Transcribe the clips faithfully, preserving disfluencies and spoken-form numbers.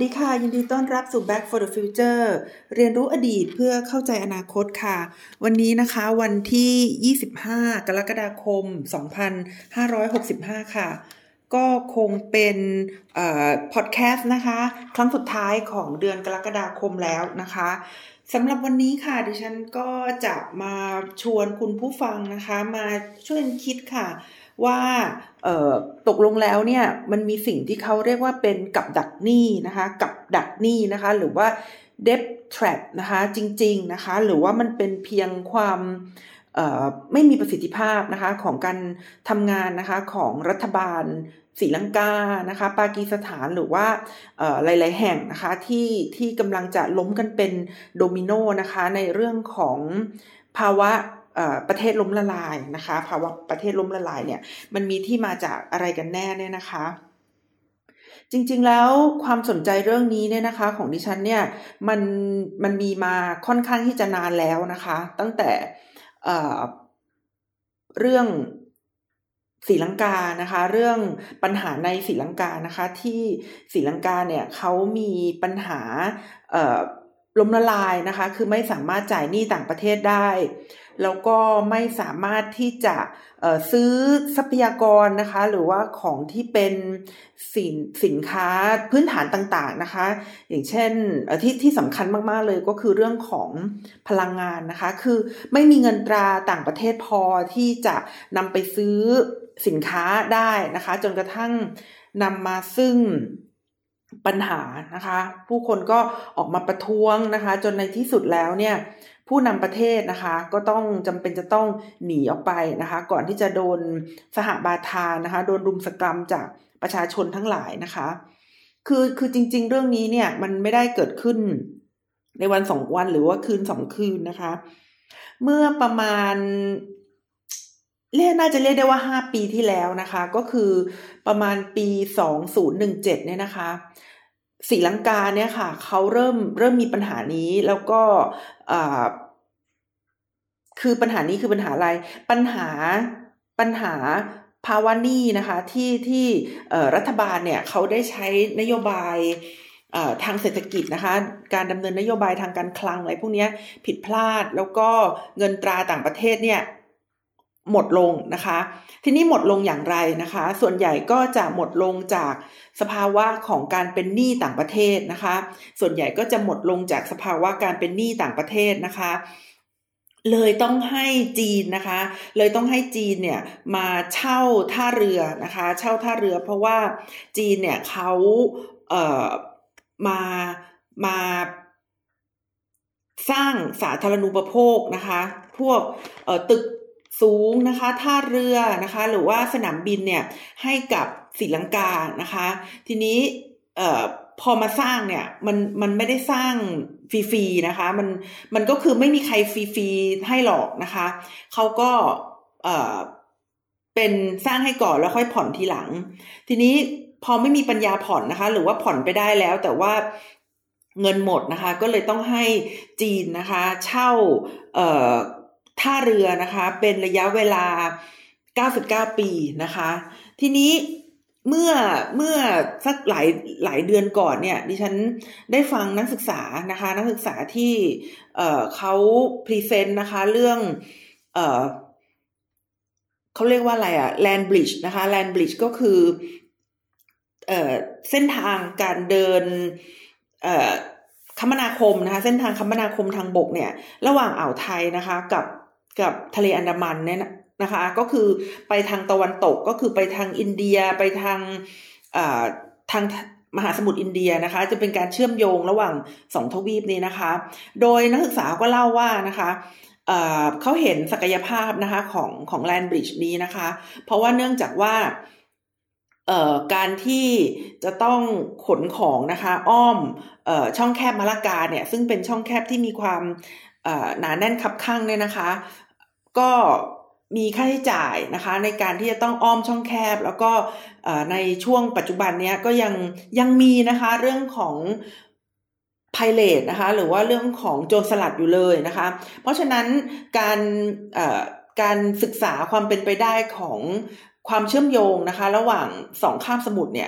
ดีค่ะยินดีต้อนรับสู่ Back for the Future เรียนรู้อดีตเพื่อเข้าใจอนาคตค่ะวันนี้นะคะวันที่ยี่สิบห้ากรกฎาคมสองพันห้าร้อยหกสิบห้าค่ะก็คงเป็นเอ่อพอดแคสต์นะคะครั้งสุดท้ายของเดือนกรกฎาคมแล้วนะคะสำหรับวันนี้ค่ะดิฉันก็จะมาชวนคุณผู้ฟังนะคะมาช่วยกันคิดค่ะว่าเอ่อตกลงแล้วเนี่ยมันมีสิ่งที่เขาเรียกว่าเป็นกับดักหนี้นะคะกับดักหนี้นะคะหรือว่า debt trap นะคะจริงๆนะคะหรือว่ามันเป็นเพียงความเอ่อไม่มีประสิทธิภาพนะคะของการทำงานนะคะของรัฐบาลศรีลังกานะคะปากีสถานหรือว่าเอ่อหลายๆแห่งนะคะที่ที่กำลังจะล้มกันเป็นโดมิโนนะคะในเรื่องของภาวะประเทศล้มละลายนะคะภาวะประเทศล้มละลายเนี่ยมันมีที่มาจากอะไรกันแน่เนี่ยนะคะจริงๆแล้วความสนใจเรื่องนี้เนี่ยนะคะของดิฉันเนี่ยมันมันมีมาค่อนข้างที่จะนานแล้วนะคะตั้งแต่เอ่อเรื่องศรีลังกานะคะเรื่องปัญหาในศรีลังกานะคะที่ศรีลังกาเนี่ยเขามีปัญหาเอ่อล้มละลายนะคะคือไม่สามารถจ่ายหนี้ต่างประเทศได้แล้วก็ไม่สามารถที่จะเอ่อซื้อทรัพยากรนะคะหรือว่าของที่เป็นสินสินค้าพื้นฐานต่างๆนะคะอย่างเช่นที่ที่สำคัญมากๆเลยก็คือเรื่องของพลังงานนะคะคือไม่มีเงินตราต่างประเทศพอที่จะนำไปซื้อสินค้าได้นะคะจนกระทั่งนำมาซึ่งปัญหานะคะผู้คนก็ออกมาประท้วงนะคะจนในที่สุดแล้วเนี่ยผู้นำประเทศนะคะก็ต้องจำเป็นจะต้องหนีออกไปนะคะก่อนที่จะโดนสหบาทานะคะโดนรุมสกรัมจากประชาชนทั้งหลายนะคะคือคือจริงๆเรื่องนี้เนี่ยมันไม่ได้เกิดขึ้นในวันสองวันหรือว่าคืนสองคืนนะคะเมื่อประมาณเรียกน่าจะเรียกได้ว่าห้าปีที่แล้วนะคะก็คือประมาณปีสองพันสิบเจ็ดเนี่ยนะคะศรีลังกาเนี่ยค่ะเขาเริ่มเริ่มมีปัญหานี้แล้วก็คือปัญหานี้คือปัญหาอะไรปัญหาปัญหาภาวะหนี้นะคะที่ที่รัฐบาลเนี่ยเขาได้ใช้นโยบายทางเศรษฐกิจนะคะการดำเนินนโยบายทางการคลังอะไรพวกนี้ผิดพลาดแล้วก็เงินตราต่างประเทศเนี่ยหมดลงนะคะทีนี้หมดลงอย่างไรนะคะส่วนใหญ่ก็จะหมดลงจากสภาวะของการเป็นหนี้ต่างประเทศนะคะส่วนใหญ่ก็จะหมดลงจากสภาวะการเป็นหนี้ต่างประเทศนะคะเลยต้องให้จีนนะคะเลยต้องให้จีนเนี่ยมาเช่าท่าเรือนะคะเช่าท่าเรือเพราะว่าจีนเนี่ยเขาเอ่อมามาสร้างสาธารณูปโภคนะคะพวกเอ่อตึกสูงนะคะท่าเรือนะคะหรือว่าสนามบินเนี่ยให้กับศรีลังกานะคะทีนี้เอ่อพอมาสร้างเนี่ยมันมันไม่ได้สร้างฟรีๆนะคะมันมันก็คือไม่มีใครฟรีๆให้หรอกนะคะเขาก็เอ่อเป็นสร้างให้ก่อนแล้วค่อยผ่อนทีหลังทีนี้พอไม่มีปัญญาผ่อนนะคะหรือว่าผ่อนไปได้แล้วแต่ว่าเงินหมดนะคะก็เลยต้องให้จีนนะคะเช่าเอ่อท่าเรือนะคะเป็นระยะเวลาเก้าสิบเก้าปีนะคะทีนี้เมื่อเมื่อสักหลายหลายเดือนก่อนเนี่ยดิฉันได้ฟังนักศึกษานะคะนักศึกษาที่เอ่อเขาพรีเซนต์นะคะเรื่องเอ่อเขาเรียกว่าอะไรอะ land bridge นะคะ land bridge ก็คือเอ่อเส้นทางการเดินเอ่อคมนาคมนะคะเส้นทางคมนาคมทางบกเนี่ยระหว่างอ่าวไทยนะคะกับกับทะเลอันดามันเนี่ยนะคะก็คือไปทางตะวันตกก็คือไปทางอินเดียไปทางอ่าทางมหาสมุทรอินเดียนะคะจะเป็นการเชื่อมโยงระหว่างสองทวีปนี้นะคะโดยนักศึกษาก็เล่าว่านะคะเอ่อเขาเห็นศักยภาพนะคะของของ Land Bridge นี้นะคะเพราะว่าเนื่องจากว่าเอ่อการที่จะต้องขนของนะคะอ้อมเอ่อช่องแคบมะละกาเนี่ยซึ่งเป็นช่องแคบที่มีความเอ่อหนาแน่นคับคั่งเนี่ยนะคะก็มีค่าใช้จ่ายนะคะในการที่จะต้องอ้อมช่องแคบแล้วก็ในช่วงปัจจุบันเนี้ยก็ยังยังมีนะคะเรื่องของไพเรตนะคะหรือว่าเรื่องของโจรสลัดอยู่เลยนะคะเพราะฉะนั้นการเอ่อการศึกษาความเป็นไปได้ของความเชื่อมโยงนะคะระหว่างสองคาบสมุทรเนี่ย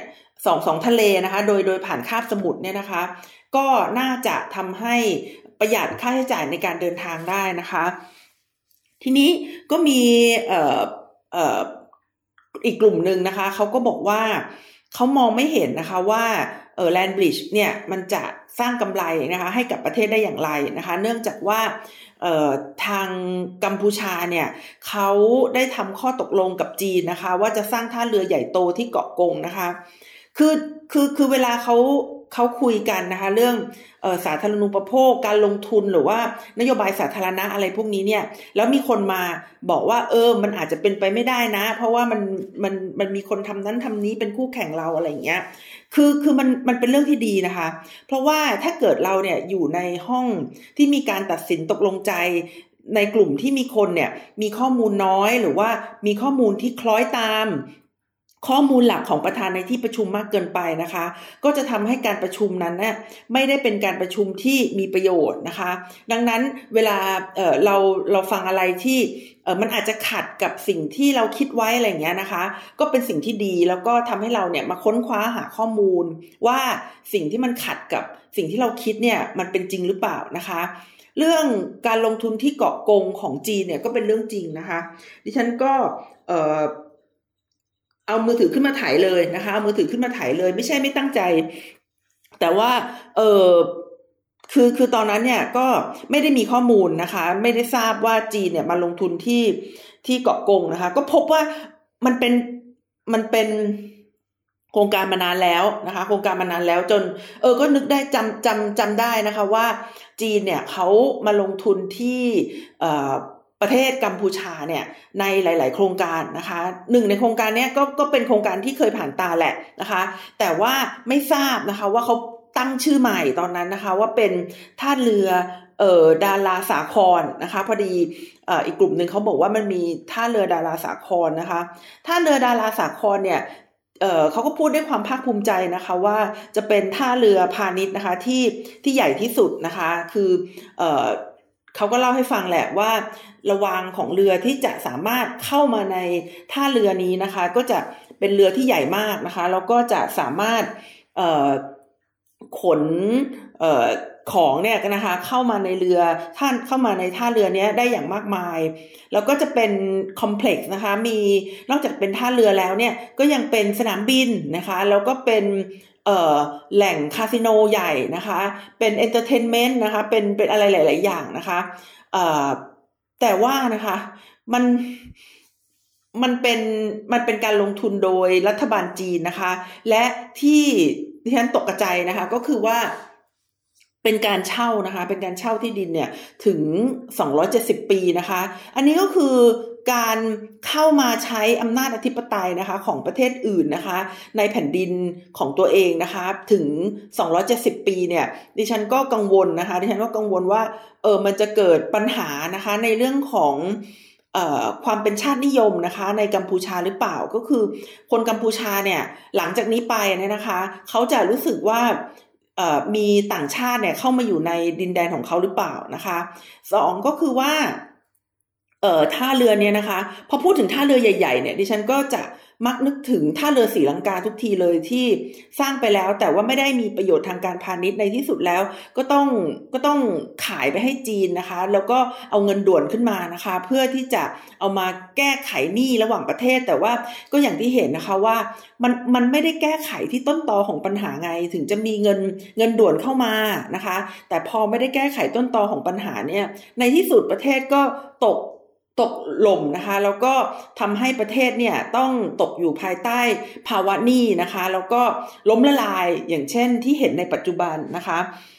สองสองทะเลนะคะโดยโดยผ่านคาบสมุทรเนี่ยนะคะก็น่าจะทำให้ประหยัดค่าใช้จ่ายในการเดินทางได้นะคะทีนี้ก็มีเอ่อเอ่ออีกกลุ่มหนึ่งนะคะเขาก็บอกว่าเขามองไม่เห็นนะคะว่าเอ่อแลนด์บริดจ์เนี่ยมันจะสร้างกำไรนะคะให้กับประเทศได้อย่างไรนะคะเนื่องจากว่าเอ่อทางกัมพูชาเนี่ยเขาได้ทำข้อตกลงกับจีนนะคะว่าจะสร้างท่าเรือใหญ่โตที่เกาะกงนะคะคือคือคือเวลาเขาเขาคุยกันนะคะเรื่องเอ่อสาธารณูปโภคการลงทุนหรือว่านโยบายสาธารณะอะไรพวกนี้เนี่ยแล้วมีคนมาบอกว่าเออมันอาจจะเป็นไปไม่ได้นะเพราะว่ามันมันมันมีคนทำนั้นทำนี้เป็นคู่แข่งเราอะไรอย่างเงี้ยคือคือมันมันเป็นเรื่องที่ดีนะคะเพราะว่าถ้าเกิดเราเนี่ยอยู่ในห้องที่มีการตัดสินตกลงใจในกลุ่มที่มีคนเนี่ยมีข้อมูลน้อยหรือว่ามีข้อมูลที่คล้อยตามข้อมูลหลักของประธานในที่ประชุมมากเกินไปนะคะก็จะทำให้การประชุมนั้นเนี่ยไม่ได้เป็นการประชุมที่มีประโยชน์นะคะดังนั้นเวลาเอ่อเราเราฟังอะไรที่เอ่อมันอาจจะขัดกับสิ่งที่เราคิดไว้อะไรอย่างเงี้ยนะคะก็เป็นสิ่งที่ดีแล้วก็ทำให้เราเนี่ยมาค้นคว้าหาข้อมูลว่าสิ่งที่มันขัดกับสิ่งที่เราคิดเนี่ยมันเป็นจริงหรือเปล่านะคะเรื่องการลงทุนที่เกาะกงของจีนเนี่ยก็เป็นเรื่องจริงนะคะดิฉันก็เอ่อเอามือถือขึ้นมาถ่ายเลยนะคะเอามือถือขึ้นมาถ่ายเลยไม่ใช่ไม่ตั้งใจแต่ว่าเออคือคือตอนนั้นเนี่ยก็ไม่ได้มีข้อมูลนะคะไม่ได้ทราบว่าจีนเนี่ยมาลงทุนที่ที่เกาะกงนะคะก็พบว่ามันเป็นมันเป็นโครงการมานานแล้วนะคะโครงการมานานแล้วจนเออก็นึกได้จำจำจำได้นะคะว่าจีนเนี่ยเขามาลงทุนที่เอ่อประเทศกัมพูชาเนี่ยในหลายๆโครงการนะคะหนึ่งในโครงการนี้ก็ก็เป็นโครงการที่เคยผ่านตาแหละนะคะแต่ว่าไม่ทราบนะคะว่าเขาตั้งชื่อใหม่ตอนนั้นนะคะว่าเป็นท่าเรือเอ่อดาราสาครนะคะพอดีเอ่ออีกกลุ่มนึงเขาบอกว่ามันมีท่าเรือดาราสาครนะคะท่าเรือดาราสาครเนี่ยเอ่อเขาก็พูดด้วยความภาคภูมิใจนะคะว่าจะเป็นท่าเรือพาณิชย์นะคะที่ที่ใหญ่ที่สุดนะคะคือเอ่อเขาก็เล่าให้ฟังแหละว่าระวางของเรือที่จะสามารถเข้ามาในท่าเรือนี้นะคะก็จะเป็นเรือที่ใหญ่มากนะคะแล้วก็จะสามารถเอ่อขนเอ่อของเนี่ยนะคะเข้ามาในเรือท่านเข้ามาในท่าเรือนี้ได้อย่างมากมายแล้วก็จะเป็นคอมเพล็กซ์นะคะมีนอกจากเป็นท่าเรือแล้วเนี่ยก็ยังเป็นสนามบินนะคะแล้วก็เป็นเอ่อแหล่งคาสิโนใหญ่นะคะเป็นเอนเตอร์เทนเมนต์นะคะเป็นเป็นอะไรหลายๆอย่างนะคะเอ่อแต่ว่านะคะมันมันเป็นมันเป็นการลงทุนโดยรัฐบาลจีนนะคะและที่ดิฉันตกใจนะคะก็คือว่าเป็นการเช่านะคะเป็นการเช่าที่ดินเนี่ยถึงสองร้อยเจ็ดสิบปีนะคะอันนี้ก็คือการเข้ามาใช้อำนาจอธิปไตยนะคะของประเทศอื่นนะคะในแผ่นดินของตัวเองนะคะถึงสองร้อยเจ็ดสิบปีเนี่ยดิฉันก็กังวลนะคะดิฉันก็กังวลว่าเออมันจะเกิดปัญหานะคะในเรื่องของเอ่อความเป็นชาตินิยมนะคะในกัมพูชาหรือเปล่าก็คือคนกัมพูชาเนี่ยหลังจากนี้ไปเนี่ยนะคะเขาจะรู้สึกว่าเอ่อมีต่างชาติเนี่ยเข้ามาอยู่ในดินแดนของเขาหรือเปล่านะคะสองก็คือว่าเอ่อท่าเรือเนี่ยนะคะพอพูดถึงท่าเรือใหญ่ๆเนี่ยดิฉันก็จะมักนึกถึงท่าเรือศรีลังกาทุกทีเลยที่สร้างไปแล้วแต่ว่าไม่ได้มีประโยชน์ทางการพาณิชย์ในที่สุดแล้วก็ต้องก็ต้องขายไปให้จีนนะคะแล้วก็เอาเงินด่วนขึ้นมานะคะเพื่อที่จะเอามาแก้ไขหนี้ระหว่างประเทศแต่ว่าก็อย่างที่เห็นนะคะว่ามันมันไม่ได้แก้ไขที่ต้นตอของปัญหาไงถึงจะมีเงินเงินด่วนเข้ามานะคะแต่พอไม่ได้แก้ไขต้นตอของปัญหาเนี่ยในที่สุดประเทศก็ตกตกหล่มนะคะแล้วก็ทำให้ประเทศเนี่ยต้องตกอยู่ภายใต้ภาวะหนี้นะคะแล้วก็ล้มละลายอย่างเช่นที่เห็นในปัจจุบันนะคะ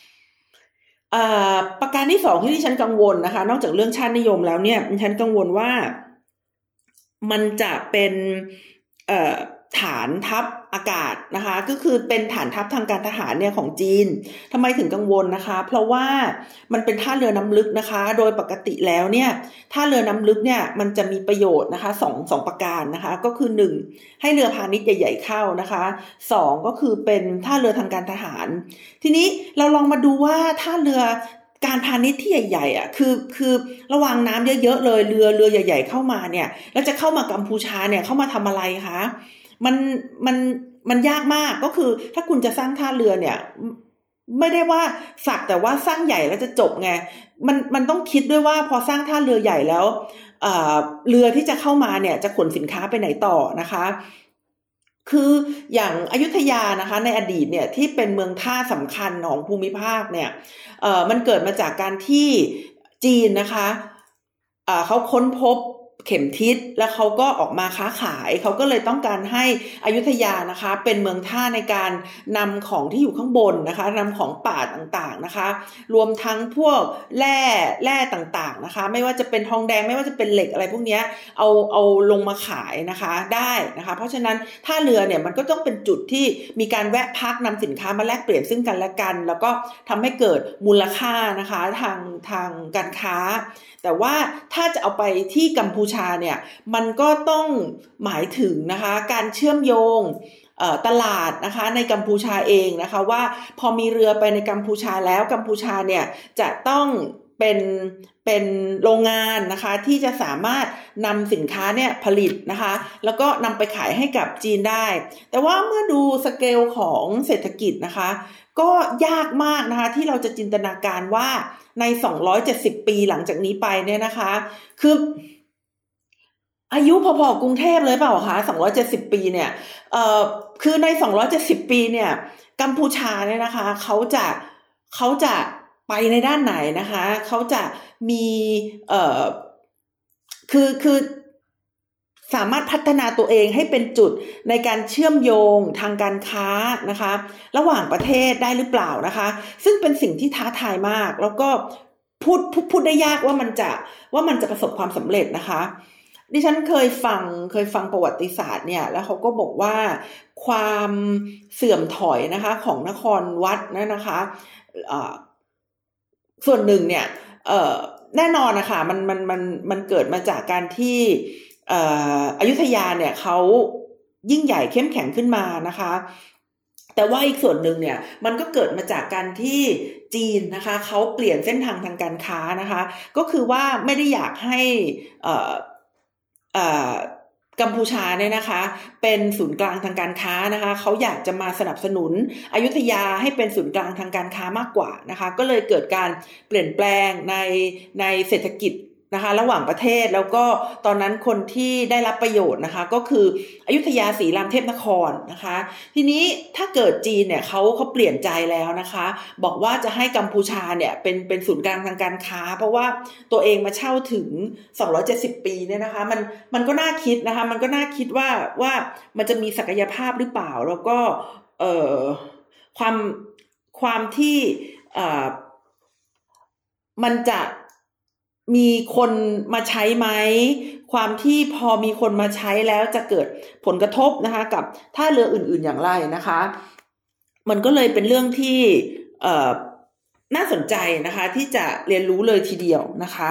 ประการที่สองที่ดิฉันกังวลนะคะนอกจากเรื่องชาตินิยมแล้วเนี่ยดิฉันกังวลว่ามันจะเป็นฐานทัพอากาศนะคะก็คือเป็นฐานทัพทางการทหารเนี่ยของจีนทำไมถึงกังวลนะคะเพราะว่ามันเป็นท่าเรือน้ำลึกนะคะโดยปกติแล้วเนี่ยท่าเรือน้ำลึกเนี่ยมันจะมีประโยชน์นะคะสองสองประการนะคะก็คือหนึ่งให้เรือพาณิชย์ใหญ่ๆเข้านะคะสองก็คือเป็นท่าเรือทางการทหารทีนี้เราลองมาดูว่าท่าเรือการพาณิชย์ที่ใหญ่ๆอ่ะคือคือระวางน้ำเยอะๆเลยเรือเรือใหญ่ๆเข้ามาเนี่ยแล้วจะเข้ามากัมพูชาเนี่ยเข้ามาทำอะไรคะมันมันมันยากมากก็คือถ้าคุณจะสร้างท่าเรือเนี่ยไม่ได้ว่าสักแต่ว่าสร้างใหญ่แล้วจะจบไงมันมันต้องคิดด้วยว่าพอสร้างท่าเรือใหญ่แล้วเอ่อเรือที่จะเข้ามาเนี่ยจะขนสินค้าไปไหนต่อนะคะคืออย่างอยุธยานะคะในอดีตเนี่ยที่เป็นเมืองท่าสำคัญของภูมิภาคเนี่ยเอ่อมันเกิดมาจากการที่จีนนะคะเอ่อเขาค้นพบเข็มทิศแล้วเขาก็ออกมาค้าขายเขาก็เลยต้องการให้อยุธยานะคะเป็นเมืองท่าในการนำของที่อยู่ข้างบนนะคะนำของป่าต่างๆนะคะรวมทั้งพวกแร่แร่ต่างๆนะคะไม่ว่าจะเป็นทองแดงไม่ว่าจะเป็นเหล็กอะไรพวกนี้เอาเอาลงมาขายนะคะได้นะคะเพราะฉะนั้นท่าเรือเนี่ยมันก็ต้องเป็นจุดที่มีการแวะพักนำสินค้ามาแลกเปลี่ยนซึ่งกันและกันแล้วก็ทำให้เกิดมูลค่านะคะทางทางการค้าแต่ว่าถ้าจะเอาไปที่กัมพูชาเนี่ยมันก็ต้องหมายถึงนะคะการเชื่อมโยงตลาดนะคะในกัมพูชาเองนะคะว่าพอมีเรือไปในกัมพูชาแล้วกัมพูชาเนี่ยจะต้องเป็นเป็นโรงงานนะคะที่จะสามารถนำสินค้าเนี่ยผลิตนะคะแล้วก็นำไปขายให้กับจีนได้แต่ว่าเมื่อดูสเกลของเศรษฐกิจนะคะก็ยากมากนะคะที่เราจะจินตนาการว่าในสองร้อยเจ็ดสิบปีหลังจากนี้ไปเนี่ยนะคะคืออายุพอๆกรุงเทพเลยเปล่าคะสองร้อยเจ็ดสิบปีเนี่ยเอ่อคือในสองร้อยเจ็ดสิบปีเนี่ยกัมพูชาเนี่ยนะคะเขาจะเขาจะไปในด้านไหนนะคะเขาจะมีเอ่อคือคือสามารถพัฒนาตัวเองให้เป็นจุดในการเชื่อมโยงทางการค้านะคะระหว่างประเทศได้หรือเปล่านะคะซึ่งเป็นสิ่งที่ท้าทายมากแล้วก็พูดพูดพูดได้ยากว่ามันจะว่ามันจะประสบความสำเร็จนะคะดิฉันเคยฟังเคยฟังประวัติศาสตร์เนี่ยแล้วเขาก็บอกว่าความเสื่อมถอยนะคะของนครวัดนะนะคะส่วนหนึ่งเนี่ยแน่นอนนะคะมันมันมันมันเกิดมาจากการที่อยุธยาเนี่ยเขายิ่งใหญ่เข้มแข็งขึ้นมานะคะแต่ว่าอีกส่วนหนึ่งเนี่ยมันก็เกิดมาจากการที่จีนนะคะเขาเปลี่ยนเส้นทางทางการค้านะคะก็คือว่าไม่ได้อยากให้เอ่อเอ่อกัมพูชาเนี่ยนะคะเป็นศูนย์กลางทางการค้านะคะเขาอยากจะมาสนับสนุนอยุธยาให้เป็นศูนย์กลางทางการค้ามากกว่านะคะก็เลยเกิดการเปลี่ยนแปลงในในเศรษฐกิจนะคะระหว่างประเทศแล้วก็ตอนนั้นคนที่ได้รับประโยชน์นะคะก็คืออยุธยาศรีรามเทพนครนะคะทีนี้ถ้าเกิดจีนเนี่ยเขาเขาเปลี่ยนใจแล้วนะคะบอกว่าจะให้กัมพูชาเนี่ยเป็นเป็นศูนย์กลางทางการค้าเพราะว่าตัวเองมาเช่าถึงสองร้อยเจ็ดสิบปีเนี่ยนะคะมันมันก็น่าคิดนะคะมันก็น่าคิดว่าว่ามันจะมีศักยภาพหรือเปล่าแล้วก็เอ่อความความที่เอ่อมันจะมีคนมาใช้ไหมความที่พอมีคนมาใช้แล้วจะเกิดผลกระทบนะคะกับท่าเรืออื่นๆอย่างไรนะคะมันก็เลยเป็นเรื่องที่เอ่อน่าสนใจนะคะที่จะเรียนรู้เลยทีเดียวนะคะ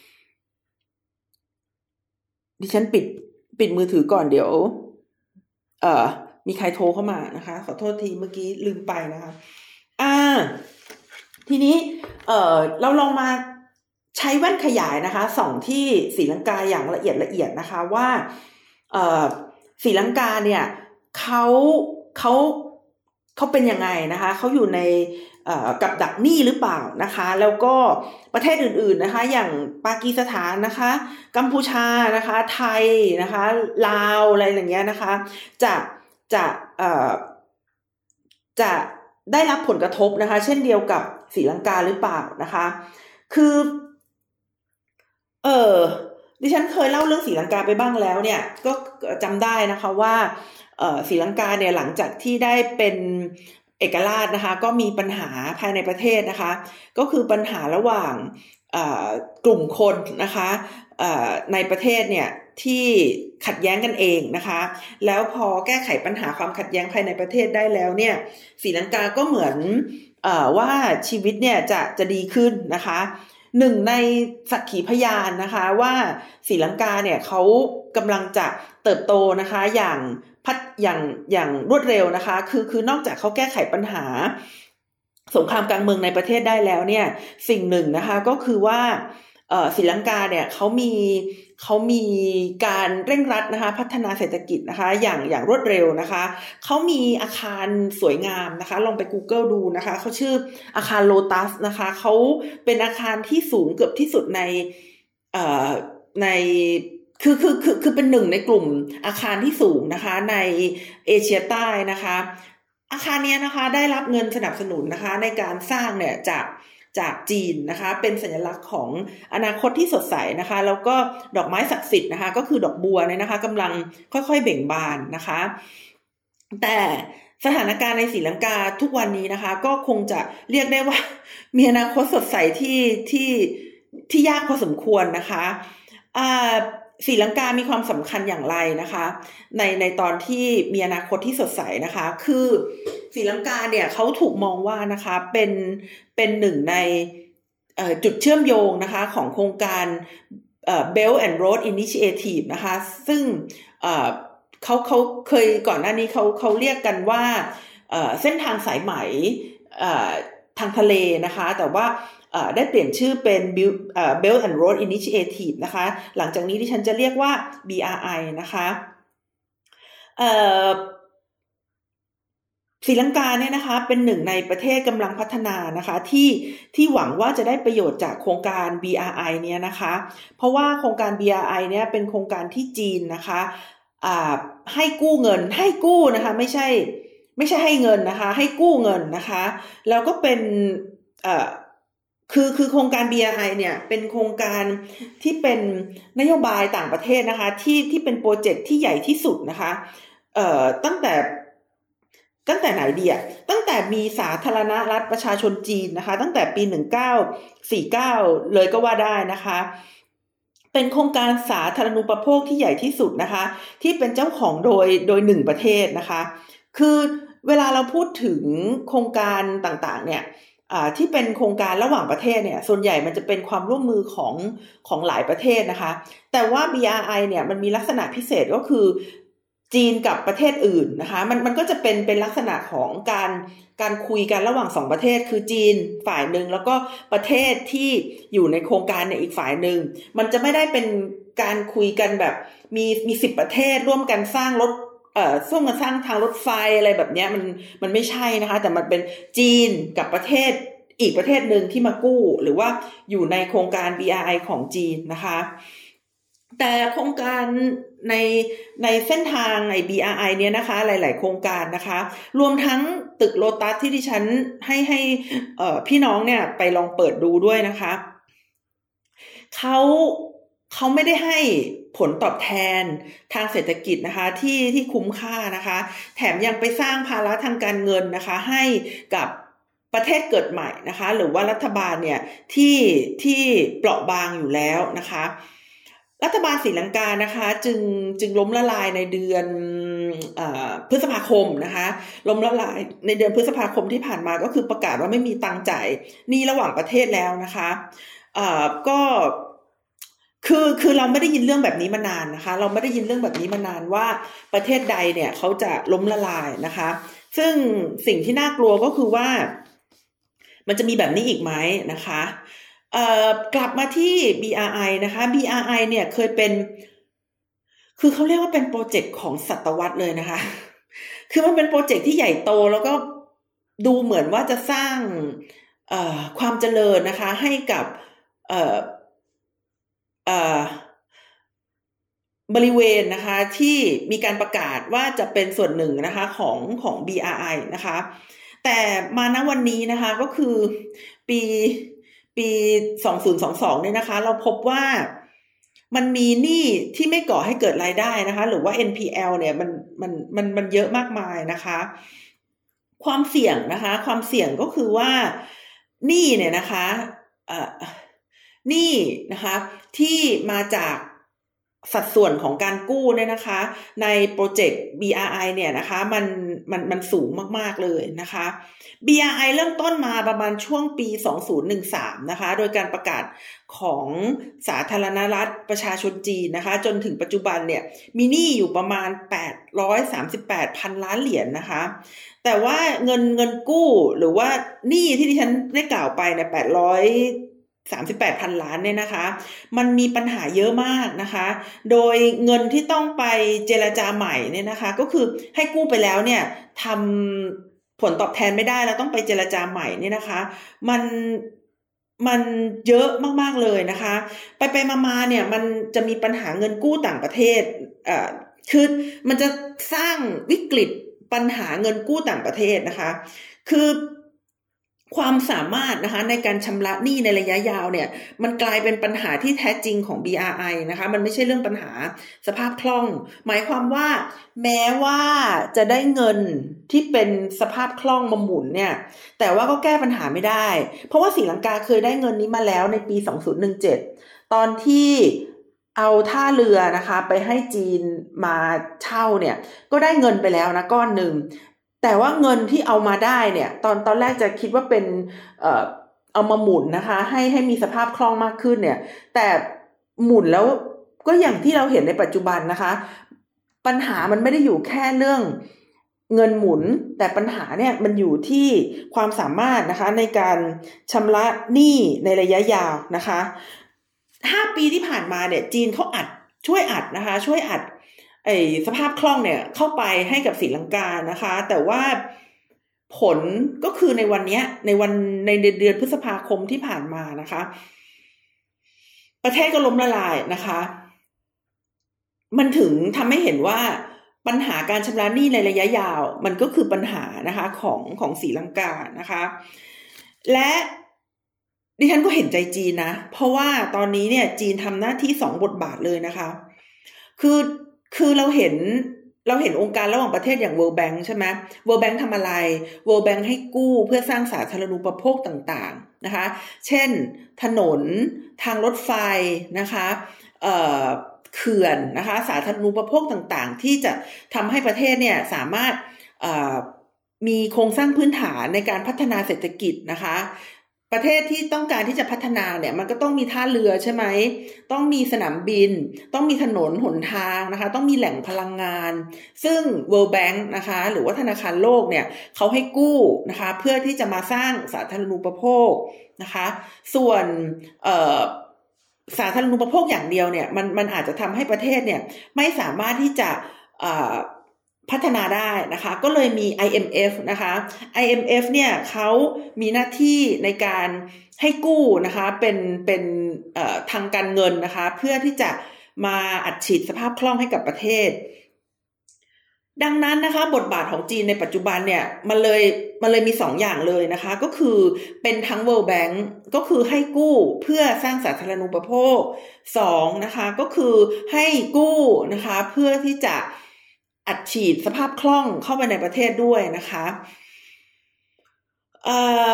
ดิฉันปิดปิดมือถือก่อนเดี๋ยวเอ่อมีใครโทรเข้ามานะคะขอโทษทีเมื่อกี้ลืมไปนะคะอ่าทีนี้เอ่อเราลองมาใช้แว่นขยายนะคะส่องที่ศรีลังกาอย่างละเอียดละเอียดนะคะว่าเอ่อศรีลังกาเนี่ยเขาเขาเขาเป็นยังไงนะคะเขาอยู่ในกับดักหนี้หรือเปล่านะคะแล้วก็ประเทศอื่นๆนะคะอย่างปากีสถานนะคะกัมพูชานะคะไทยนะคะลาวอะไรอย่างเงี้ยนะคะจะจะเอ่อจะได้รับผลกระทบนะคะเช่นเดียวกับศรีลังกาหรือเปล่านะคะคือเออดิฉันเคยเล่าเรื่องศรีลังกาไปบ้างแล้วเนี่ยก็จำได้นะคะว่าเออศรีลังกาเนี่ยหลังจากที่ได้เป็นเอกราชนะคะก็มีปัญหาภายในประเทศนะคะก็คือปัญหาระหว่างกลุ่มคนนะคะในประเทศเนี่ยที่ขัดแย้งกันเองนะคะแล้วพอแก้ไขปัญหาความขัดแย้งภายในประเทศได้แล้วเนี่ยศรีลังกาก็เหมือนเอ่อว่าชีวิตเนี่ยจะจะดีขึ้นนะคะหนึ่งในสักขีพยานนะคะว่าศรีลังกาเนี่ยเขากำลังจะเติบโตนะคะอย่างพัดอย่างอย่างรวดเร็วนะคะคือคือนอกจากเขาแก้ไขปัญหาสงครามกลางเมืองในประเทศได้แล้วเนี่ยสิ่งหนึ่งนะคะก็คือว่าเอ่อศรีลังกาเนี่ยเขามีเขามีการเร่งรัดนะคะพัฒนาเศรษฐกิจนะคะอย่างอย่างรวดเร็วนะคะเขามีอาคารสวยงามนะคะลองไป Google ดูนะคะเขาชื่ออาคารโลตัสนะคะเขาเป็นอาคารที่สูงเกือบที่สุดในเอ่อในคือคือคือคือเป็นหนึ่งในกลุ่มอาคารที่สูงนะคะในเอเชียใต้นะคะอาคารนี้นะคะได้รับเงินสนับสนุนนะคะในการสร้างเนี่ยจากจากจีนนะคะเป็นสัญลักษณ์ของอนาคตที่สดใสนะคะแล้วก็ดอกไม้ศักดิ์สิทธิ์นะคะก็คือดอกบัวเนี่ยนะคะกำลังค่อยๆเบ่งบานนะคะแต่สถานการณ์ในศรีลังกาทุกวันนี้นะคะก็คงจะเรียกได้ว่ามีอนาคตสดใสที่ที่ที่ยากพอสมควรนะคะอ่าศรีลังกามีความสำคัญอย่างไรนะคะในในตอนที่มีอนาคตที่สดใสนะคะคือศรีลังกาเนี่ยเขาถูกมองว่านะคะเป็นเป็นหนึ่งในจุดเชื่อมโยงนะคะของโครงการ Belt and Road Initiative นะคะซึ่งเขาเขาเคยก่อนหน้านี้เขาเขาเรียกกันว่าเส้นทางสายไหมทางทะเลนะคะแต่ว่าได้เปลี่ยนชื่อเป็น Belt and Road Initiative นะคะหลังจากนี้ที่ฉันจะเรียกว่า บี อาร์ ไอ นะคะศรีลังกาเนี่ยนะคะเป็นหนึ่งในประเทศกำลังพัฒนานะคะที่ที่หวังว่าจะได้ประโยชน์จากโครงการ บี อาร์ ไอ เนี่ยนะคะเพราะว่าโครงการ บี อาร์ ไอ เนี่ยเป็นโครงการที่จีนนะคะอ่าให้กู้เงินให้กู้นะคะไม่ใช่ไม่ใช่ให้เงินนะคะให้กู้เงินนะคะแล้วก็เป็นเอ่อคือคือโครงการ บี อาร์ ไอ เนี่ยเป็นโครงการที่เป็นนโยบายต่างประเทศนะคะที่ที่เป็นโปรเจกต์ที่ใหญ่ที่สุดนะคะเอ่อตั้งแต่ตั้งแต่ไหนดีอ่ะตั้งแต่มีสาธารณรัฐประชาชนจีนนะคะตั้งแต่ปีหนึ่งพันเก้าร้อยสี่สิบเก้าเลยก็ว่าได้นะคะเป็นโครงการสาธารณูปโภคที่ใหญ่ที่สุดนะคะที่เป็นเจ้าของโดยโดยหนึ่งประเทศนะคะคือเวลาเราพูดถึงโครงการต่างๆเนี่ยที่เป็นโครงการระหว่างประเทศเนี่ยส่วนใหญ่มันจะเป็นความร่วมมือของของหลายประเทศนะคะแต่ว่า บี อาร์ ไอ เนี่ยมันมีลักษณะพิเศษก็คือจีนกับประเทศอื่นนะคะมันมันก็จะเป็นเป็นลักษณะของการการคุยกันระหว่างสองประเทศคือจีนฝ่ายหนึ่งแล้วก็ประเทศที่อยู่ในโครงการเนี่ยอีกฝ่ายหนึ่งมันจะไม่ได้เป็นการคุยกันแบบมีมีสิบประเทศร่วมกันสร้างรถเอ่อร่วมกันสร้างทางรถไฟอะไรแบบนี้มันมันไม่ใช่นะคะแต่มันเป็นจีนกับประเทศอีกประเทศหนึ่งที่มากู้หรือว่าอยู่ในโครงการ บี อาร์ ไอ ของจีนนะคะแต่โครงการในในเส้นทางใน บี อาร์ ไอ เนี่ยนะคะหลายๆโครงการนะคะรวมทั้งตึกโลตัสที่ดิฉันให้ให้เอ่อพี่น้องเนี่ยไปลองเปิดดูด้วยนะคะเขาเขาไม่ได้ให้ผลตอบแทนทางเศรษฐกิจนะคะที่ที่คุ้มค่านะคะแถมยังไปสร้างภาระทางการเงินนะคะให้กับประเทศเกิดใหม่นะคะหรือว่ารัฐบาลเนี่ยที่ที่เปราะบางอยู่แล้วนะคะรัฐบาลศรีลังกานะคะจึงจึงล้มละลายในเดือนเอ่อพฤษภาคมนะคะล้มละลายในเดือนพฤษภาคมที่ผ่านมาก็คือประกาศว่าไม่มีตังค์จ่ายหนี้ระหว่างประเทศแล้วนะคะเอ่อก็คือคือเราไม่ได้ยินเรื่องแบบนี้มานานนะคะเราไม่ได้ยินเรื่องแบบนี้มานานว่าประเทศใดเนี่ยเขาจะล้มละลายนะคะซึ่งสิ่งที่น่ากลัวก็คือว่ามันจะมีแบบนี้อีกไหมนะคะเอ่อกลับมาที่ บี อาร์ ไอ นะคะ บี อาร์ ไอ เนี่ยเคยเป็นคือเขาเรียกว่าเป็นโปรเจกต์ของศตวรรษเลยนะคะคือมันเป็นโปรเจกต์ที่ใหญ่โตแล้วก็ดูเหมือนว่าจะสร้างเอ่อความเจริญนะคะให้กับเอ่อเอ่อบริเวณนะคะที่มีการประกาศว่าจะเป็นส่วนหนึ่งนะคะของของ บี อาร์ ไอ นะคะแต่มาณวันนี้นะคะก็คือปีปีสองพันยี่สิบสองเนี่ยนะคะเราพบว่ามันมีหนี้ที่ไม่ก่อให้เกิดรายได้นะคะหรือว่า เอ็น พี แอล เนี่ยมันมันมันมันเยอะมากมายนะคะความเสี่ยงนะคะความเสี่ยงก็คือว่าหนี้เนี่ยนะคะเอ่อหนี้นะคะที่มาจากสัดส่วนของการกู้เนี่ยนะคะในโปรเจกต์ บี อาร์ ไอ เนี่ยนะคะมันมันมันสูงมากๆเลยนะคะ บี อาร์ ไอ เริ่มต้นมาประมาณช่วงปีสองพันสิบสามนะคะโดยการประกาศของสาธารณรัฐประชาชนจีนนะคะจนถึงปัจจุบันเนี่ยมีหนี้อยู่ประมาณแปดร้อยสามสิบแปดพันล้านเหรียญ นะคะแต่ว่าเงินเงินกู้หรือว่าหนี้ที่ดิฉันได้กล่าวไปเนี่ยแปดร้อยสามสิบแปดพันล้านเนี่ยนะคะมันมีปัญหาเยอะมากนะคะโดยเงินที่ต้องไปเจรจาใหม่เนี่ยนะคะก็คือให้กู้ไปแล้วเนี่ยทำผลตอบแทนไม่ได้แล้วต้องไปเจรจาใหม่เนี่ยนะคะมันมันเยอะมากๆเลยนะคะไปไปมาๆเนี่ยมันจะมีปัญหาเงินกู้ต่างประเทศเอ่อคือมันจะสร้างวิกฤตปัญหาเงินกู้ต่างประเทศนะคะคือความสามารถนะคะในการชำระหนี้ในระยะยาวเนี่ยมันกลายเป็นปัญหาที่แท้จริงของ บี อาร์ ไอ นะคะมันไม่ใช่เรื่องปัญหาสภาพคล่องหมายความว่าแม้ว่าจะได้เงินที่เป็นสภาพคล่องมาหมุนเนี่ยแต่ว่าก็แก้ปัญหาไม่ได้เพราะว่าศรีลังกาเคยได้เงินนี้มาแล้วในปีสองพันสิบเจ็ดตอนที่เอาท่าเรือนะคะไปให้จีนมาเช่าเนี่ยก็ได้เงินไปแล้วนะก้อนหนึ่งแต่ว่าเงินที่เอามาได้เนี่ยตอนตอนแรกจะคิดว่าเป็นเอ่อเอามาหมุนนะคะให้ให้มีสภาพคล่องมากขึ้นเนี่ยแต่หมุนแล้วก็อย่างที่เราเห็นในปัจจุบันนะคะปัญหามันไม่ได้อยู่แค่เรื่องเงินหมุนแต่ปัญหาเนี่ยมันอยู่ที่ความสามารถนะคะในการชำระหนี้ในระยะยาวนะคะห้าปีที่ผ่านมาเนี่ยจีนเขาอัดช่วยอัดนะคะช่วยอัดไอ้สภาพคล่องเนี่ยเข้าไปให้กับศรีลังกานะคะแต่ว่าผลก็คือในวันนี้ในวันในเดือนพฤษภาคมที่ผ่านมานะคะประเทศก็ล้มละลายนะคะมันถึงทำให้เห็นว่าปัญหาการชำระหนี้ในระยะยาวมันก็คือปัญหานะคะของของศรีลังกานะคะและดิฉันก็เห็นใจจีนนะเพราะว่าตอนนี้เนี่ยจีนทำหน้าที่สองบทบาทเลยนะคะคือคือเราเห็นเราเห็นองค์การระหว่างประเทศอย่าง World Bank ใช่ไหม World Bank ทำอะไร World Bank ให้กู้เพื่อสร้างสาธารณูปโภคต่างๆนะคะเช่นถนนทางรถไฟนะคะเอ่อเขื่อนนะคะสาธารณูปโภคต่างๆที่จะทำให้ประเทศเนี่ยสามารถเอ่อมีโครงสร้างพื้นฐานในการพัฒนาเศรษฐกิจนะคะประเทศที่ต้องการที่จะพัฒนาเนี่ยมันก็ต้องมีท่าเรือใช่ไหมต้องมีสนามบินต้องมีถนนหนทางนะคะต้องมีแหล่งพลังงานซึ่ง World Bank นะคะหรือว่าธนาคารโลกเนี่ยเขาให้กู้นะคะเพื่อที่จะมาสร้างสาธารณูปโภคนะคะส่วนเอ่อสาธารณูปโภคอย่างเดียวเนี่ยมันมันอาจจะทำให้ประเทศเนี่ยไม่สามารถที่จะเอ่อพัฒนาได้นะคะก็เลยมี ไอ เอ็ม เอฟ นะคะ ไอ เอ็ม เอฟ เนี่ยเขามีหน้าที่ในการให้กู้นะคะเป็นเป็นเอ่อทางการเงินนะคะเพื่อที่จะมาอัดฉีดสภาพคล่องให้กับประเทศดังนั้นนะคะบทบาทของจีนในปัจจุบันเนี่ยมันเลยมันเลยมีสองอย่างเลยนะคะก็คือเป็นทั้ง World Bank ก็คือให้กู้เพื่อสร้างสาธารณูปโภคสองนะคะก็คือให้กู้นะคะเพื่อที่จะอัดฉีดสภาพคล่องเข้าไปในประเทศด้วยนะคะเอ่อ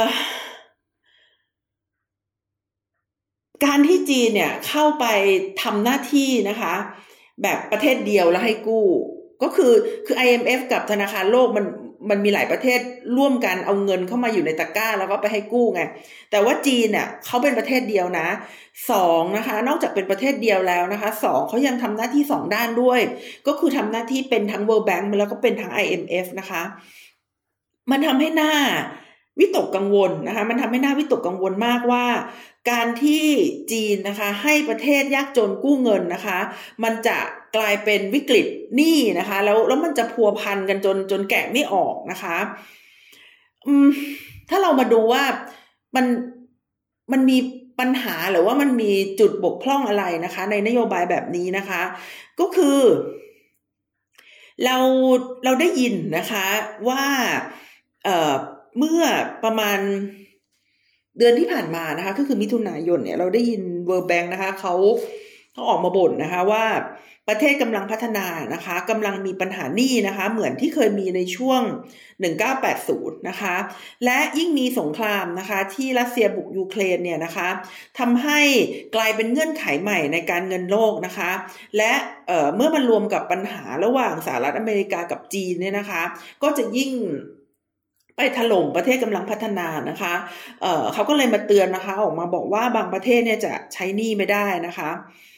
การที่จีนเนี่ยเข้าไปทำหน้าที่นะคะแบบประเทศเดียวแล้วให้กู้ก็คือคือ ไอ เอ็ม เอฟ กับธนาคารโลกมันมันมีหลายประเทศร่วมกันเอาเงินเข้ามาอยู่ในตะกร้าแล้วก็ไปให้กู้ไงแต่ว่าจีนเนี่ยเขาเป็นประเทศเดียวนะสองนะคะนอกจากเป็นประเทศเดียวแล้วนะคะสองเขายังทำหน้าที่สองด้านด้วยก็คือทำหน้าที่เป็นทั้ง World Bank แล้วก็เป็นทั้ง ไอ เอ็ม เอฟ นะคะมันทำให้หน้าวิตกกังวลนะคะมันทำให้หน้าวิตกกังวลมากว่าการที่จีนนะคะให้ประเทศยากจนกู้เงินนะคะมันจะกลายเป็นวิกฤตหนี้นะคะแล้วแล้วมันจะพัวพันกันจนจนแกะไม่ออกนะคะอืมถ้าเรามาดูว่ามันมันมีปัญหาหรือว่ามันมีจุดบกพร่องอะไรนะคะในนโยบายแบบนี้นะคะก็คือเราเราได้ยินนะคะว่าเอ่อเมื่อประมาณเดือนที่ผ่านมานะคะก็คือมิถุนายนเนี่ยเราได้ยิน World Bank นะคะเขาเขาออกมาบ่นนะคะว่าประเทศกำลังพัฒนานะคะกำลังมีปัญหาหนี้นะคะเหมือนที่เคยมีในช่วงหนึ่งพันเก้าร้อยแปดสิบนะคะและยิ่งมีสงครามนะคะที่รัสเซียบุกยูเครนเนี่ยนะคะทำให้กลายเป็นเงื่อนไขใหม่ในการเงินโลกนะคะและเอ่อเมื่อมันรวมกับปัญหาระหว่างสหรัฐอเมริกากับจีนเนี่ยนะคะก็จะยิ่งไปถล่มประเทศกำลังพัฒนานะคะเอ่อเขาก็เลยมาเตือนนะคะออกมาบอกว่าบางประเทศเนี่ยจะใช้หนี้ไม่ได้นะคะ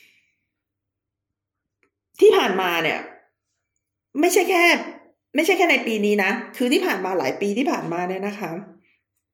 ที่ผ่านมาเนี่ยไม่ใช่แค่ไม่ใช่แค่ในปีนี้นะคือที่ผ่านมาหลายปีที่ผ่านมาเนี่ยนะคะ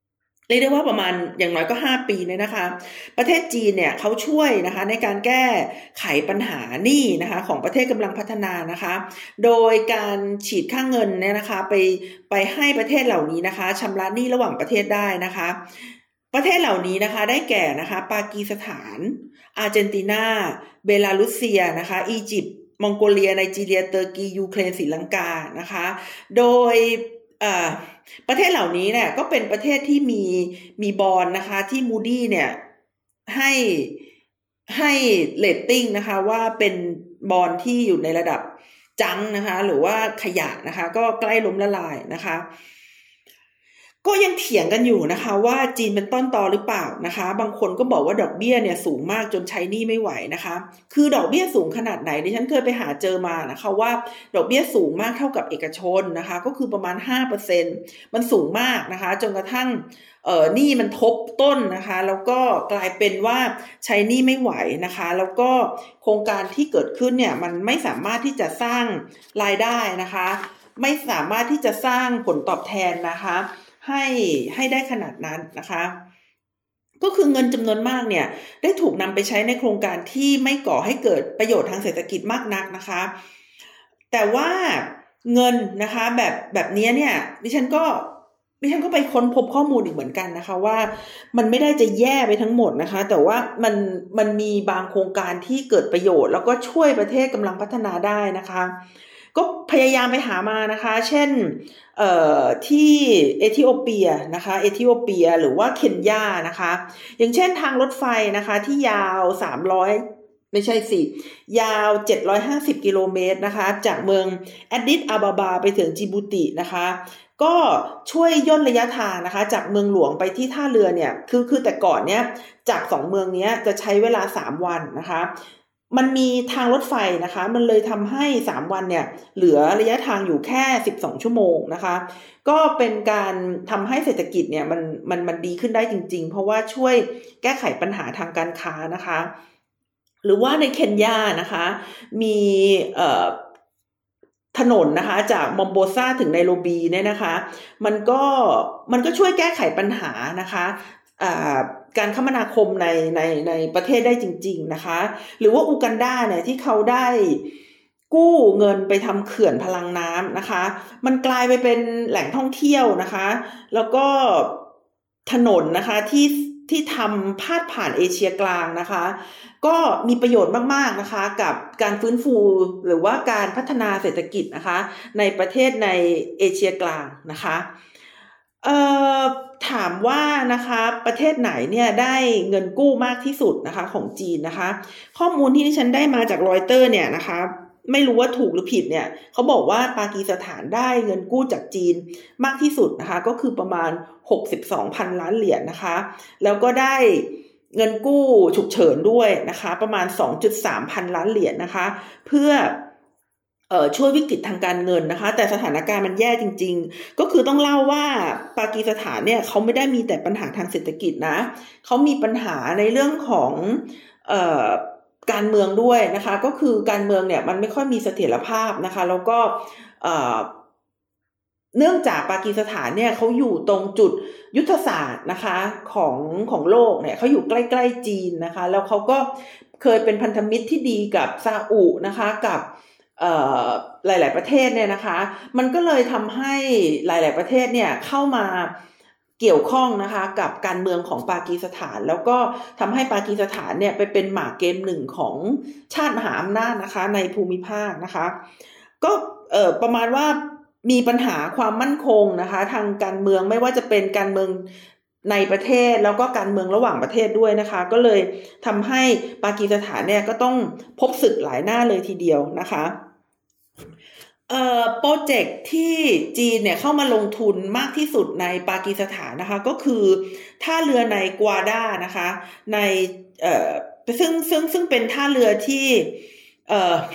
เรียกได้ว่าประมาณอย่างน้อยก็ห้าปีเนี่ยนะคะประเทศจีนเนี่ยเขาช่วยนะคะในการแก้ไขปัญหาหนี้นะคะของประเทศกำลังพัฒนานะคะโดยการฉีดค่าเงินเนี่ยนะคะไปไปให้ประเทศเหล่านี้นะคะชำระหนี้ระหว่างประเทศได้นะคะประเทศเหล่านี้นะคะได้แก่นะคะปากีสถานอาร์เจนตินาเบลารุสเซียนะคะอียิปต์มองโกเลียไนจีเรียเตอร์กียูเครนศรีลังกานะคะโดยประเทศเหล่านี้เนี่ยก็เป็นประเทศที่มีมีบอนด์นะคะที่ Moody เนี่ยให้ให้เรตติ้งนะคะว่าเป็นบอนด์ที่อยู่ในระดับจังนะคะหรือว่าขยะนะคะก็ใกล้ล้มละลายนะคะก็ยังเถียงกันอยู่นะคะว่าจีนเป็นต้นตอหรือเปล่านะคะบางคนก็บอกว่าดอกเบี้ยเนี่ยสูงมากจนใช้หนี้ไม่ไหวนะคะคือดอกเบี้ยสูงขนาดไหนดิฉันเคยไปหาเจอมานะคะว่าดอกเบี้ยสูงมากเท่ากับเอกชนนะคะก็คือประมาณ ห้าเปอร์เซ็นต์ มันสูงมากนะคะจนกระทั่งเอ่อหนี้มันทบต้นนะคะแล้วก็กลายเป็นว่าใช้หนี้ไม่ไหวนะคะแล้วก็โครงการที่เกิดขึ้นเนี่ยมันไม่สามารถที่จะสร้างรายได้นะคะไม่สามารถที่จะสร้างผลตอบแทนนะคะให้ให้ได้ขนาดนั้นนะคะก็คือเงินจำนวนมากเนี่ยได้ถูกนำไปใช้ในโครงการที่ไม่ก่อให้เกิดประโยชน์ทางเศรษฐกิจมากนักนะคะแต่ว่าเงินนะคะแบบแบบนี้เนี่ยดิฉันก็ดิฉันก็ไปค้นพบข้อมูลอีกเหมือนกันนะคะว่ามันไม่ได้จะแย่ไปทั้งหมดนะคะแต่ว่ามันมันมีบางโครงการที่เกิดประโยชน์แล้วก็ช่วยประเทศกำลังพัฒนาได้นะคะก็พยายามไปหามานะคะเช่นเอ่อที่เอธิโอเปียนะคะเอธิโอเปียหรือว่าเคนยานะคะอย่างเช่นทางรถไฟนะคะที่ยาวสามร้อยไม่ใช่สิยาวเจ็ดร้อยห้าสิบกิโลเมตรนะคะจากเมืองแอดดิสอาบาบาไปถึงจิบูตินะคะก็ช่วยย่นระยะทางนะคะจากเมืองหลวงไปที่ท่าเรือเนี่ยคือคือแต่ก่อนเนี้ยจากสองเมืองนี้จะใช้เวลาสามวันนะคะมันมีทางรถไฟนะคะมันเลยทำให้สามวันเนี่ยเหลือระยะทางอยู่แค่สิบสองชั่วโมงนะคะก็เป็นการทำให้เศรษฐกิจเนี่ยมันมันมันดีขึ้นได้จริงๆเพราะว่าช่วยแก้ไขปัญหาทางการค้านะคะหรือว่าในเคนยานะคะมีเอ่อถนนนะคะจากมอมโบซาถึงไนโรบีเนี่ยนะคะมันก็มันก็ช่วยแก้ไขปัญหานะคะการคมนาคมในในในประเทศได้จริงๆนะคะหรือว่าอูกันดาเนี่ยที่เขาได้กู้เงินไปทำเขื่อนพลังน้ำนะคะมันกลายไปเป็นแหล่งท่องเที่ยวนะคะแล้วก็ถนนนะคะที่ที่ทำพาดผ่านเอเชียกลางนะคะก็มีประโยชน์มากๆนะคะกับการฟื้นฟูหรือว่าการพัฒนาเศรษฐกิจนะคะในประเทศในเอเชียกลางนะคะเอ่อถามว่านะคะประเทศไหนเนี่ยได้เงินกู้มากที่สุดนะคะของจีนนะคะข้อมูลที่ดิฉันได้มาจากรอยเตอร์เนี่ยนะคะไม่รู้ว่าถูกหรือผิดเนี่ยเขาบอกว่าปากีสถานได้เงินกู้จากจีนมากที่สุดนะคะก็คือประมาณหกสิบสองพันล้านเหรียญ น, นะคะแล้วก็ได้เงินกู้ฉุกเฉินด้วยนะคะประมาณ สองจุดสาม พันล้านเหรียญ น, นะคะเพื่อเอ่อช่วยวิกฤตทางการเงินนะคะแต่สถานการณ์มันแย่จริงๆก็คือต้องเล่าว่าปากีสถานเนี่ยเขาไม่ได้มีแต่ปัญหาทางเศรษฐกิจนะเขามีปัญหาในเรื่องของเอ่อการเมืองด้วยนะคะก็คือการเมืองเนี่ยมันไม่ค่อยมีเสถียรภาพนะคะแล้วก็เอ่อเนื่องจากปากีสถานเนี่ยเขาอยู่ตรงจุดยุทธศาสตร์นะคะของของโลกเนี่ยเขาอยู่ใกล้ๆจีนนะคะแล้วเขาก็เคยเป็นพันธมิตรที่ดีกับซาอุนะคะกับหลายๆประเทศเนี่ยนะคะมันก็เลยทำให้หลายๆประเทศเนี่ยเข้ามาเกี่ยวข้องนะคะกับการเมืองของปากีสถานแล้วก็ทำให้ปากีสถานเนี่ยไปเป็นหมากเกมหนึ่งของชาติมหาอำนาจนะคะในภูมิภาคนะคะก็เอ่อประมาณว่ามีปัญหาความมั่นคงนะคะทางการเมืองไม่ว่าจะเป็นการเมืองในประเทศแล้วก็การเมืองระหว่างประเทศด้วยนะคะก็เลยทำให้ปากีสถานเนี่ยก็ต้องพบศึกหลายหน้าเลยทีเดียวนะคะเอ่อโปรเจกต์ที่จีนเนี่ยเข้ามาลงทุนมากที่สุดในปากีสถานนะคะก็คือท่าเรือในกัวดานะคะในเอ่อซึ่งซึ่งซึ่งเป็นท่าเรือที่เอ่อ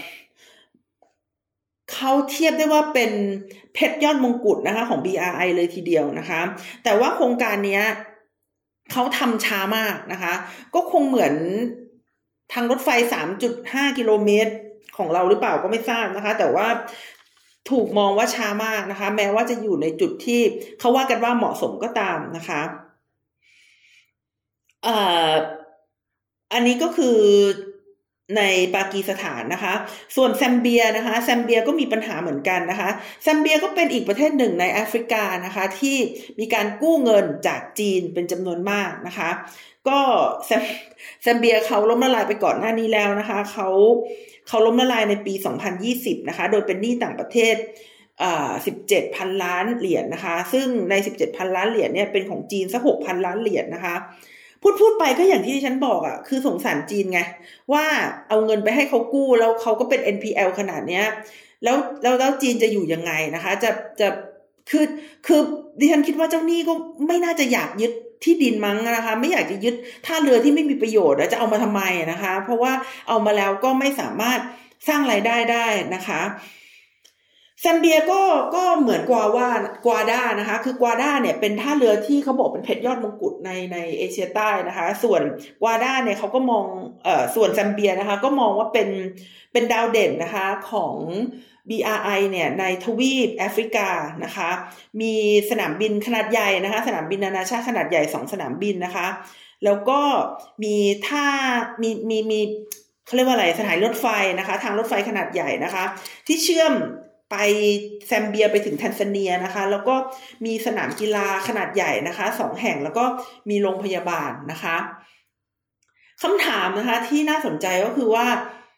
เขาเทียบได้ว่าเป็นเพชรยอดมงกุฎนะคะของ บี อาร์ ไอ เลยทีเดียวนะคะแต่ว่าโครงการนี้เขาทำช้ามากนะคะก็คงเหมือนทางรถไฟ สามจุดห้า กิโลเมตรของเราหรือเปล่าก็ไม่ทราบนะคะแต่ว่าถูกมองว่าช้ามากนะคะแม้ว่าจะอยู่ในจุดที่เขาว่ากันว่าเหมาะสมก็ตามนะคะอ่าอันนี้ก็คือในปากีสถานนะคะส่วนแซมเบียนะคะแซมเบียก็มีปัญหาเหมือนกันนะคะแซมเบียก็เป็นอีกประเทศหนึ่งในแอฟริกานะคะที่มีการกู้เงินจากจีนเป็นจำนวนมากนะคะก็แซมแซมเบียเขาล้มละลายไปก่อนหน้านี้แล้วนะคะเขาเขาล้มละลายในปีสองพันยี่สิบนะคะโดยเป็นหนี้ต่างประเทศอ่าสิบเจ็ดพันล้านเหรียญ นะคะซึ่งในสิบเจ็ดพันล้านเหรียญเนี่ยเป็นของจีนซะ หกพันล้านเหรียญ นะคะพูดพูดไปก็อย่างที่ดิฉันบอกอ่ะคือสงสารจีนไงว่าเอาเงินไปให้เขากู้แล้วเขาก็เป็น เอ็น พี แอล ขนาดเนี้ยแล้วแล้วแล้วจีนจะอยู่ยังไงนะคะจะจะคือคือดิฉันคิดว่าเจ้าหนี้ก็ไม่น่าจะอยากยึดที่ดินมั้งนะคะไม่อยากจะยึดท่าเรือที่ไม่มีประโยชน์จะเอามาทำไมนะคะเพราะว่าเอามาแล้วก็ไม่สามารถสร้างรายได้ได้นะคะแซมเบียก็ก็เหมือนกวาว่ากวาด้านะคะคือกวาด้าเนี่ยเป็นท่าเรือที่เขาบอกเป็นเพชรยอดมงกุฎในในเอเชียใต้นะคะส่วนกวาด้าเนี่ยเขาก็มองเอ่อส่วนแซมเบียนะคะก็มองว่าเป็นเป็นดาวเด่นนะคะของ บี อาร์ ไอ เนี่ยในทวีปแอฟริกานะคะมีสนามบินขนาดใหญ่นะคะสนามบินนานาชาติขนาดใหญ่สองสนามบินนะคะแล้วก็มีท่ามีมีมีเขาเรียกว่าอะไรสถานีรถไฟนะคะทางรถไฟขนาดใหญ่นะคะที่เชื่อมไปแซมเบียไปถึงแทนซาเนียนะคะแล้วก็มีสนามกีฬาขนาดใหญ่นะคะสองแห่งแล้วก็มีโรงพยาบาลนะคะคำถามนะคะที่น่าสนใจก็คือว่า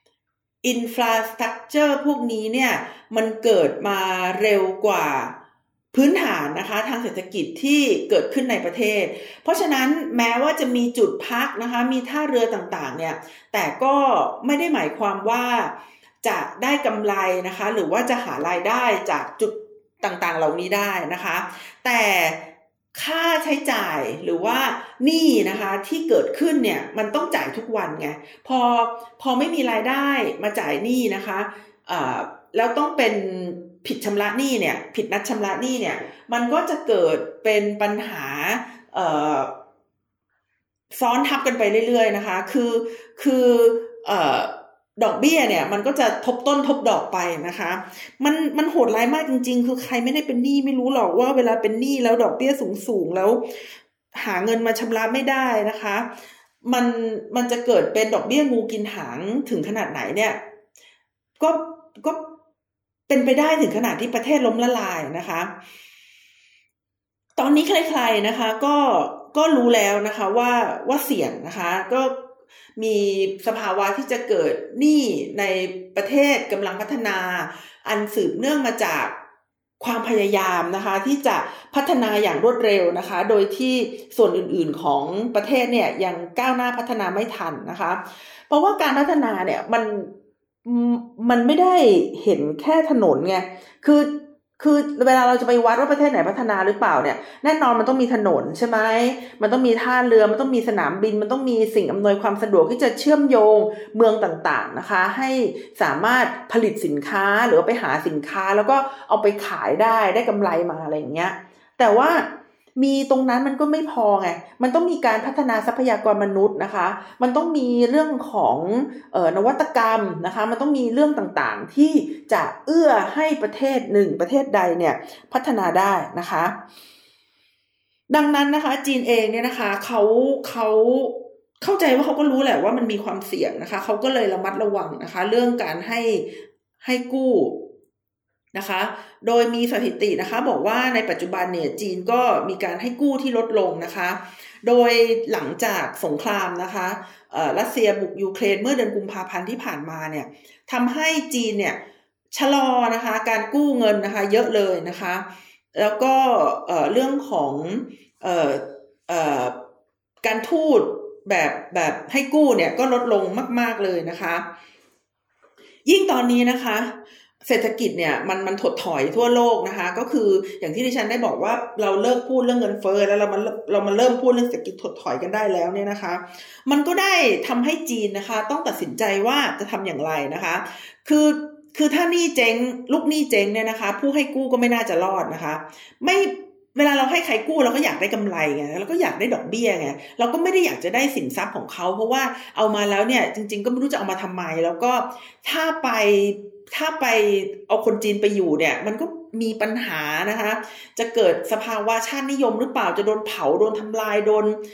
infrastructure พวกนี้เนี่ยมันเกิดมาเร็วกว่าพื้นฐานนะคะทางเศรษฐกิจที่เกิดขึ้นในประเทศเพราะฉะนั้นแม้ว่าจะมีจุดพักนะคะมีท่าเรือต่างๆเนี่ยแต่ก็ไม่ได้หมายความว่าจะได้กำไรนะคะหรือว่าจะหารายได้จากจุดต่างๆเหล่านี้ได้นะคะแต่ค่าใช้จ่ายหรือว่าหนี้นะคะที่เกิดขึ้นเนี่ยมันต้องจ่ายทุกวันไงพอพอไม่มีรายได้มาจ่ายหนี้นะคะอ่าแล้วต้องเป็นผิดชำระหนี้เนี่ยผิดนัดชำระหนี้เนี่ยมันก็จะเกิดเป็นปัญหาเอ่อซ้อนทับกันไปเรื่อยๆนะคะคือคือเอ่อดอกเบี้ยเนี่ยมันก็จะทบต้นทบดอกไปนะคะมันมันโหดร้ายมากจริงๆคือใครไม่ได้เป็นหนี้ไม่รู้หรอกว่าเวลาเป็นหนี้แล้วดอกเบี้ยสูงๆแล้วหาเงินมาชำระไม่ได้นะคะมันมันจะเกิดเป็นดอกเบี้ยงูกินหางถึงขนาดไหนเนี่ยก็ก็เป็นไปได้ถึงขนาดที่ประเทศล้มละลายนะคะตอนนี้ใครๆนะคะก็ก็รู้แล้วนะคะว่าว่าเสี่ยงนะคะก็มีสภาวะที่จะเกิดหนี้ในประเทศกำลังพัฒนาอันสืบเนื่องมาจากความพยายามนะคะที่จะพัฒนาอย่างรวดเร็วนะคะโดยที่ส่วนอื่นๆของประเทศเนี่ยยังก้าวหน้าพัฒนาไม่ทันนะคะเพราะว่าการพัฒนาเนี่ยมันมันไม่ได้เห็นแค่ถนนไงคือคือเวลาเราจะไปวัดว่าประเทศไหนพัฒนาหรือเปล่าเนี่ยแน่นอนมันต้องมีถนนใช่ไหมมันต้องมีท่าเรือมันต้องมีสนามบินมันต้องมีสิ่งอำนวยความสะดวกที่จะเชื่อมโยงเมืองต่างๆนะคะให้สามารถผลิตสินค้าหรือว่าไปหาสินค้าแล้วก็เอาไปขายได้ได้กำไรมาอะไรอย่างเงี้ยแต่ว่ามีตรงนั้นมันก็ไม่พอไงมันต้องมีการพัฒนาทรัพยากรมนุษย์นะคะมันต้องมีเรื่องของเอ่อนวัตกรรมนะคะมันต้องมีเรื่องต่างๆที่จะเอื้อให้ประเทศหนึ่งประเทศใดเนี่ยพัฒนาได้นะคะดังนั้นนะคะจีนเองเนี่ยนะคะเขาเขาเข้าใจว่าเขาก็รู้แหละว่ามันมีความเสี่ยงนะคะเขาก็เลยระมัดระวังนะคะเรื่องการให้ให้กู้นะคะโดยมีสถิตินะคะบอกว่าในปัจจุบันเนี่ยจีนก็มีการให้กู้ที่ลดลงนะคะโดยหลังจากสงครามนะคะรัสเซียบุกยูเครนเมื่อเดือนกุมภาพันธ์ที่ผ่านมาเนี่ยทำให้จีนเนี่ยชะลอนะคะการกู้เงินนะคะเยอะเลยนะคะแล้วก็เรื่องของเอ่อเอ่อการทูตแบบแบบให้กู้เนี่ยก็ลดลงมากๆเลยนะคะยิ่งตอนนี้นะคะเศรษฐกิจเนี่ยมันมันถดถอยทั่วโลกนะคะก็คืออย่างที่ดิฉันได้บอกว่าเราเลิกพูดเรื่องเงินเฟ้อแล้วเรามาเรามาเริ่มพูดเรื่องเศรษฐกิจถดถอยกันได้แล้วเนี่ยนะคะมันก็ได้ทำให้จีนนะคะต้องตัดสินใจว่าจะทำอย่างไรนะคะคือคือถ้าหนี้เจ๊งลูกหนี้เจ๊งเนี่ยนะคะผู้ให้กู้ก็ไม่น่าจะรอดนะคะไม่เวลาเราให้ใครกู้เราก็อยากได้กำไรไงเราก็อยากได้ดอกเบี้ยไงเราก็ไม่ได้อยากจะได้สินทรัพย์ของเขาเพราะว่าเอามาแล้วเนี่ยจริงๆก็ไม่รู้จะเอามาทำไมแล้วก็ถ้าไปถ้าไปเอาคนจีนไปอยู่เนี่ยมันก็มีปัญหานะคะจะเกิดสภาวะชาตินิยมหรือเปล่าจะโดนเผาโดนทำลายโดน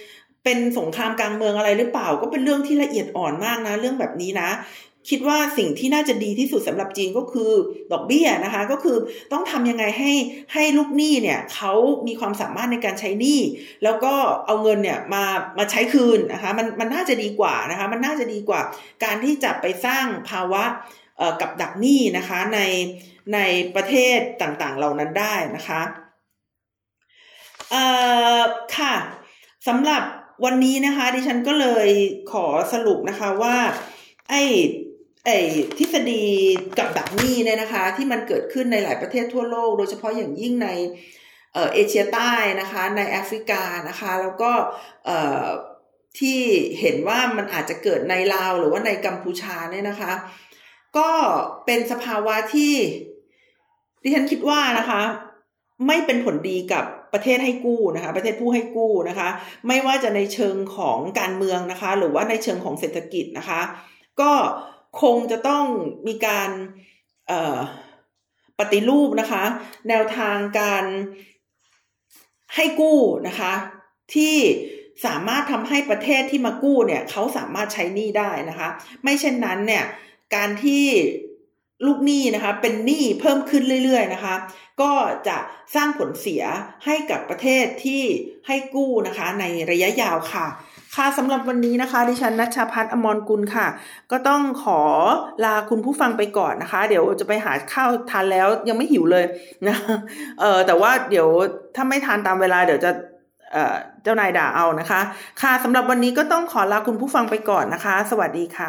เป็นสงครามกลางเมืองอะไรหรือเปล่าก็เป็นเรื่องที่ละเอียดอ่อนมากนะเรื่องแบบนี้นะคิดว่าสิ่งที่น่าจะดีที่สุดสำหรับจีนก็คือดอกเบี้ยนะคะก็คือต้องทำยังไงให้ให้ลูกหนี้เนี่ยเขามีความสามารถในการใช้หนี้แล้วก็เอาเงินเนี่ยมามาใช้คืนนะคะมันมันน่าจะดีกว่านะคะมันน่าจะดีกว่าการที่จะไปสร้างภาวะเอ่อกับดักหนี้นะคะในในประเทศต่างๆเหล่านั้นได้นะคะเอ่อค่ะสำหรับวันนี้นะคะดิฉันก็เลยขอสรุปนะคะว่าไอ้ไอ้ทฤษฎีกับดักหนี้เนี่ยนะคะที่มันเกิดขึ้นในหลายประเทศทั่วโลกโดยเฉพาะอย่างยิ่งในเอ่อเอเชียใต้นะคะในแอฟริกานะคะแล้วก็เอ่อที่เห็นว่ามันอาจจะเกิดในลาวหรือว่าในกัมพูชาเนี่ยนะคะก็เป็นสภาวะที่ดิฉันคิดว่านะคะไม่เป็นผลดีกับประเทศให้กู้นะคะประเทศผู้ให้กู้นะคะไม่ว่าจะในเชิงของการเมืองนะคะหรือว่าในเชิงของเศรษฐกิจนะคะก็คงจะต้องมีการเอ่อปฏิรูปนะคะแนวทางการให้กู้นะคะที่สามารถทำให้ประเทศที่มากู้เนี่ยเขาสามารถใช้หนี้ได้นะคะไม่เช่นนั้นเนี่ยการที่ลูกหนี้นะคะเป็นหนี้เพิ่มขึ้นเรื่อยๆนะคะก็จะสร้างผลเสียให้กับประเทศที่ให้กู้นะคะในระยะยาวค่ะค่ะสำหรับวันนี้นะคะดิฉันณัชชาภัทร อมรกุลค่ะก็ต้องขอลาคุณผู้ฟังไปก่อนนะคะเดี๋ยวจะไปหาข้าวทานแล้วยังไม่หิวเลยนะเออแต่ว่าเดี๋ยวถ้าไม่ทานตามเวลาเดี๋ยวจะเอ่อเจ้านายด่าเอานะคะค่ะสำหรับวันนี้ก็ต้องขอลาคุณผู้ฟังไปก่อนนะคะสวัสดีค่ะ